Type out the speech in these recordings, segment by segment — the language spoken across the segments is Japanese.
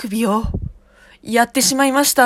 首をやってしまいました。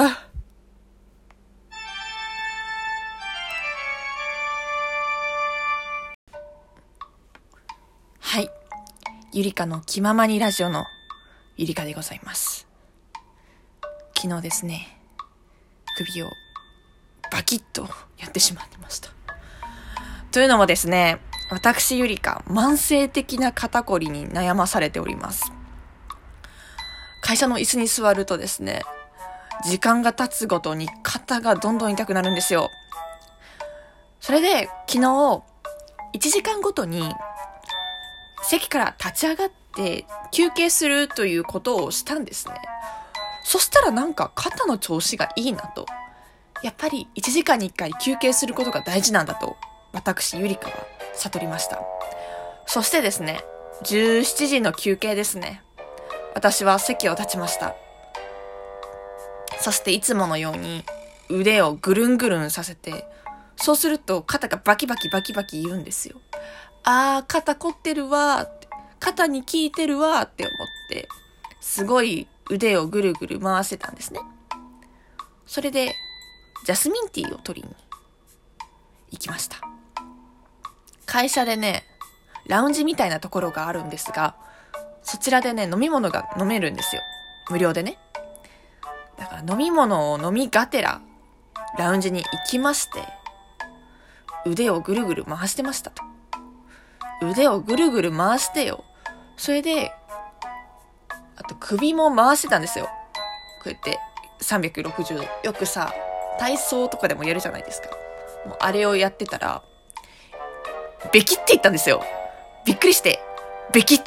はい、ゆりかの気ままにラジオのゆりかでございます。昨日ですね、首をバキッとやってしまいました。というのもですね、私ゆりか慢性的な肩こりに悩まされております。会社の椅子に座るとですね、時間が経つごとに肩がどんどん痛くなるんですよ。それで昨日1時間ごとに席から立ち上がって休憩するということをしたんですね。そしたらなんか肩の調子がいいなと、やっぱり1時間に1回休憩することが大事なんだと私ゆりかは悟りました。そしてですね、17時の休憩ですね、私は席を立ちました。そしていつものように腕をぐるんぐるんさせて、そうすると肩がバキバキバキバキ言うんですよ。肩凝ってるわって、肩に効いてるわって思って、すごい腕をぐるぐる回してたんですね。それでジャスミンティーを取りに行きました。会社でね、ラウンジみたいなところがあるんですが、そちらでね、飲み物が飲めるんですよ、無料でね。だから飲み物を飲みがてらラウンジに行きまして、腕をぐるぐる回してましたと。腕をぐるぐる回してよ。それであと首も回してたんですよ。こうやって360度、よくさ体操とかでもやるじゃないですか。もうあれをやってたらベキっていったんですよ。びっくりしてベキ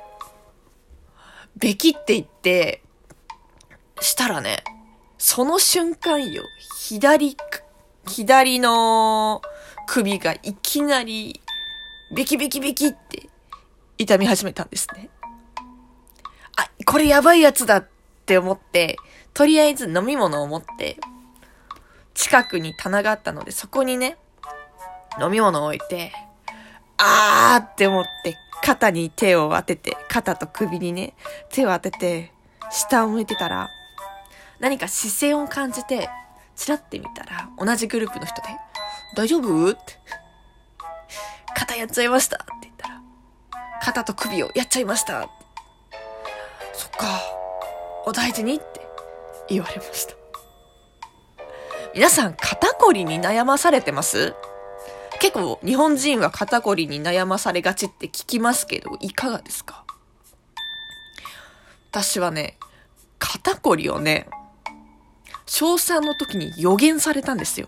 っていって、したらね、その瞬間よ、左の首がいきなりベキベキベキって痛み始めたんですね。これやばいやつだって思って、とりあえず飲み物を持って、近くに棚があったのでそこにね、飲み物を置いて、って思って肩に手を当てて、肩と首にね手を当てて下を向いてたら、何か視線を感じてチラって見たら、同じグループの人で、大丈夫って肩やっちゃいましたって言ったら、肩と首をやっちゃいましたって、そっか、お大事にって言われました。皆さん肩こりに悩まされてます？結構日本人は肩こりに悩まされがちって聞きますけど、いかがですか？私はね、肩こりをね、小3の時に予言されたんですよ。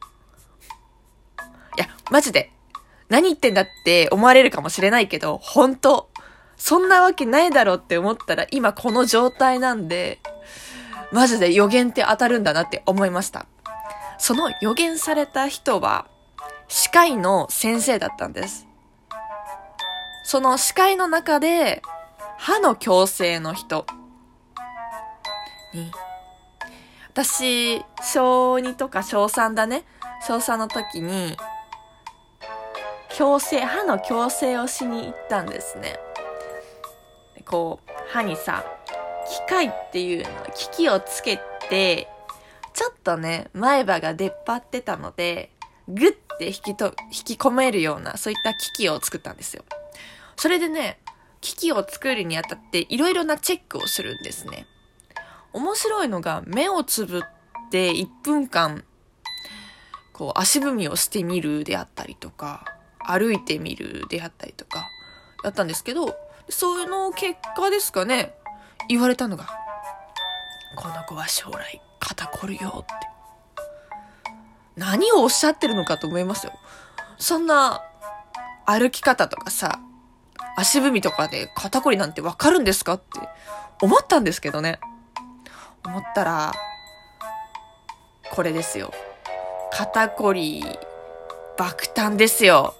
いや、マジで何言ってんだって思われるかもしれないけど、本当そんなわけないだろうって思ったら今この状態なんで、マジで予言って当たるんだなって思いました。その予言された人は歯科医の先生だったんです。その歯科医の中で歯の矯正の人に、私小2とか小3だね、小3の時に歯の矯正をしに行ったんですね。こう歯にさ、機械っていうの、機器をつけて、ちょっとね前歯が出っ張ってたので、グッて引き込めるような、そういった機器を作ったんですよ。それでね、機器を作るにあたっていろいろなチェックをするんですね。面白いのが、目をつぶって1分間こう足踏みをしてみるであったりとか、歩いてみるであったりとかやったんですけど、その結果ですかね、言われたのが、この子は将来肩こるよって。何をおっしゃってるのかと思いますよ。そんな歩き方とかさ、足踏みとかで肩こりなんてわかるんですかって思ったんですけどね。思ったらこれですよ。肩こり爆誕ですよ。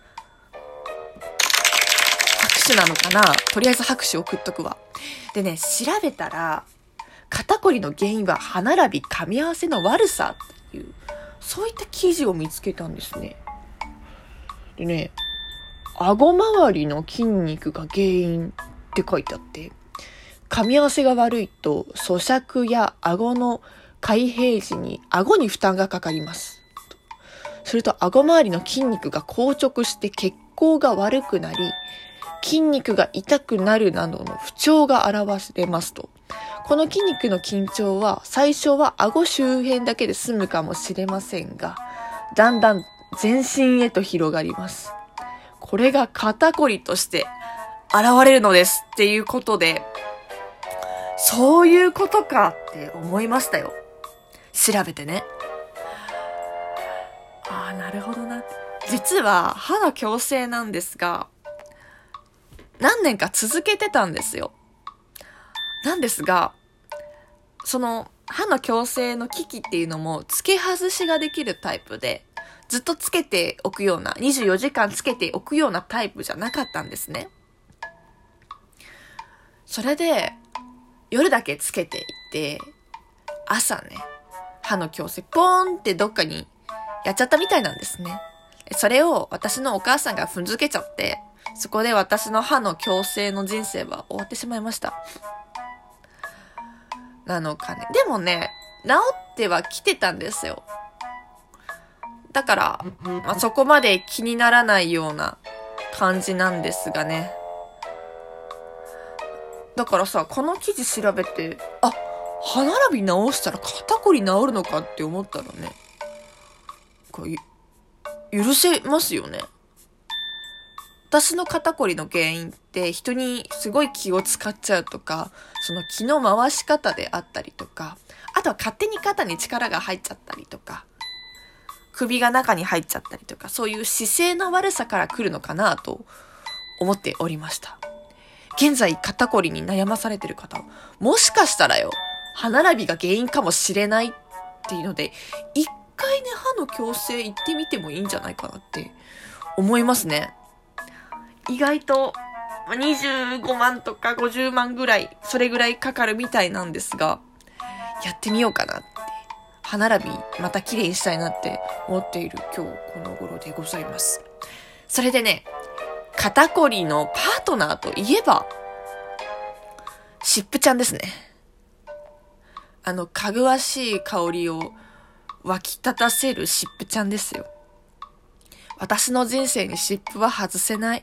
拍手なのかな、とりあえず拍手送っとくわ。でね、調べたら肩こりの原因は歯並び噛み合わせの悪さっていう、そういった記事を見つけたんですね。でね、顎周りの筋肉が原因って書いてあって、 噛み合わせが悪いと咀嚼や顎の開閉時に顎に負担がかかります。すると顎周りの筋肉が硬直して血行が悪くなり、筋肉が痛くなるなどの不調が現れますと。この筋肉の緊張は最初は顎周辺だけで済むかもしれませんが、だんだん全身へと広がります。これが肩こりとして現れるのですっていうことで、そういうことかって思いましたよ。調べてね。ああ、なるほどな。実は歯の矯正なんですが、何年か続けてたんですよ。なんですが、その歯の矯正の機器っていうのも付け外しができるタイプで、ずっとつけておくような、24時間つけておくようなタイプじゃなかったんですね。それで夜だけつけていて、朝ね、歯の矯正ポーンってどっかにやっちゃったみたいなんですね。それを私のお母さんが踏んづけちゃって、そこで私の歯の矯正の人生は終わってしまいました。なのかね。でもね、治ってはきてたんですよ。だから、そこまで気にならないような感じなんですがね。だからさ、この記事調べて、歯並び直したら肩こり治るのかって思ったらね、これ許せますよね。私の肩こりの原因って人にすごい気を使っちゃうとか、その気の回し方であったりとか、あとは勝手に肩に力が入っちゃったりとか、首が中に入っちゃったりとか、そういう姿勢の悪さから来るのかなと思っておりました。現在肩こりに悩まされてる方、もしかしたらよ、歯並びが原因かもしれないっていうので、一回ね、歯の矯正行ってみてもいいんじゃないかなって思いますね。意外と25万とか50万ぐらい、それぐらいかかるみたいなんですが、やってみようかなって、歯並びまた綺麗にしたいなって思っている今日この頃でございます。それでね、肩こりのパートナーといえば湿布ちゃんですね。かぐわしい香りを湧き立たせる湿布ちゃんですよ。私の人生に湿布は外せない。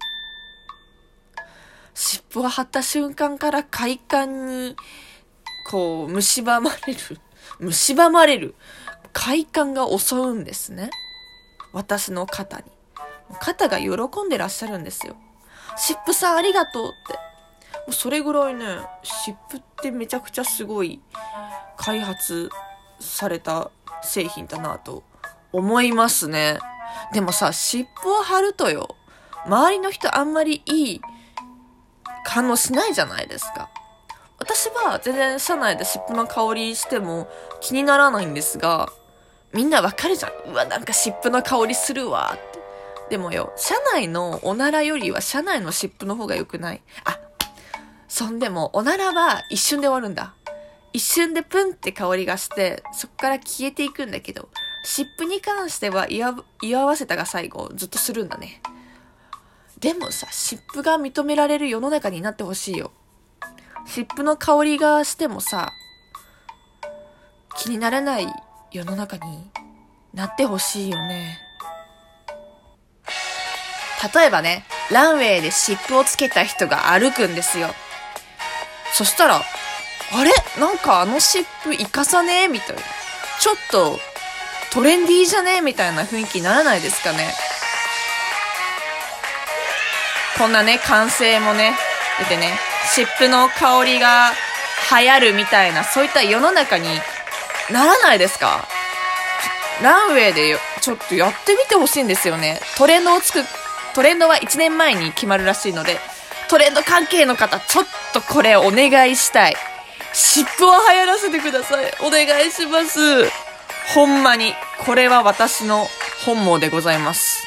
湿布を貼った瞬間から快感にこう蝕まれる快感が襲うんですね。私の肩に。肩が喜んでらっしゃるんですよ。湿布さんありがとうって。もうそれぐらいね、湿布ってめちゃくちゃすごい開発された製品だなと思いますね。でもさ、湿布を貼るとよ、周りの人あんまりいい反応しないじゃないですか。私は全然車内で湿布の香りしても気にならないんですが、みんなわかるじゃん。うわ、なんか湿布の香りするわって。でもよ、車内のおならよりは車内の湿布の方が良くない？そんでもおならは一瞬で終わるんだ。一瞬でプンって香りがして、そこから消えていくんだけど、湿布に関しては居合わせたが最後ずっとするんだね。でもさ、湿布が認められる世の中になってほしいよ。湿布の香りがしてもさ、気にならない世の中になってほしいよね。例えばね、ランウェイで湿布をつけた人が歩くんですよ。そしたら、あれ？なんかあの湿布活かさねえみたいな。ちょっとトレンディーじゃねえみたいな雰囲気にならないですかね。こんなね、歓声もね、出てね、湿布の香りが流行るみたいな、そういった世の中にならないですか？ランウェイでちょっとやってみてほしいんですよね。トレンドは1年前に決まるらしいので、トレンド関係の方、ちょっとこれお願いしたい。湿布を流行らせてください。お願いします。ほんまに、これは私の本望でございます。